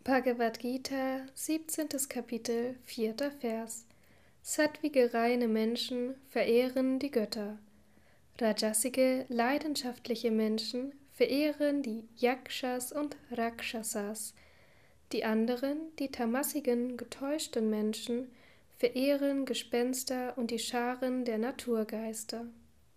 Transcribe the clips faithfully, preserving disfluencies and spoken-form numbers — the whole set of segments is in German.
Bhagavad Gita, siebzehntes Kapitel, vierter Vers. Sattvige reine Menschen verehren die Götter. Rajasige, leidenschaftliche Menschen verehren die Yakshas und Rakshasas. Die anderen, die tamasigen, getäuschten Menschen, verehren Gespenster und die Scharen der Naturgeister.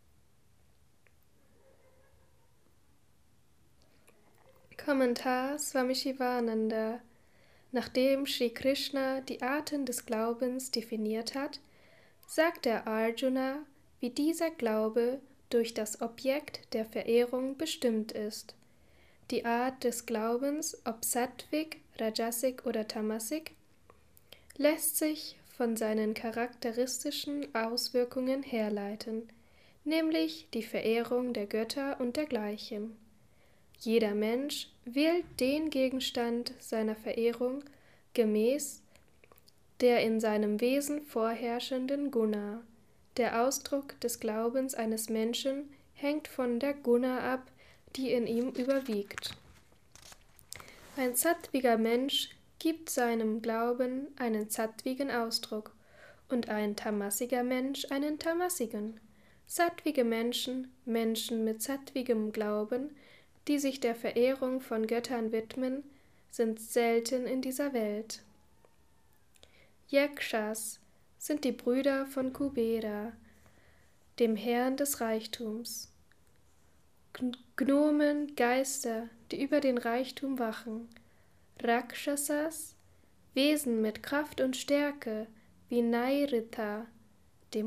Kommentar Swami Shivananda. Nachdem Sri Krishna die Arten des Glaubens definiert hat, sagt er Arjuna, wie dieser Glaube durch das Objekt der Verehrung bestimmt ist. Die Art des Glaubens, ob Sattvik, Rajasik oder Tamasik, lässt sich von seinen charakteristischen Auswirkungen herleiten, nämlich die Verehrung der Götter und dergleichen. Jeder Mensch wählt den Gegenstand seiner Verehrung gemäß der in seinem Wesen vorherrschenden Guna. Der Ausdruck des Glaubens eines Menschen hängt von der Guna ab, die in ihm überwiegt. Ein sattwiger Mensch gibt seinem Glauben einen sattwigen Ausdruck und ein tamasiger Mensch einen tamasigen. Sattwige Menschen, Menschen mit sattwigem Glauben, die sich der Verehrung von Göttern widmen, sind selten in dieser Welt. Yakshas sind die Brüder von Kubera, dem Herrn des Reichtums. Gnomen, Geister, die über den Reichtum wachen. Rakshasas, Wesen mit Kraft und Stärke, wie Nairitha,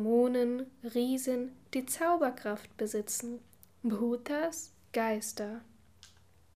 Dämonen, Riesen, die Zauberkraft besitzen. Bhutas, Geister.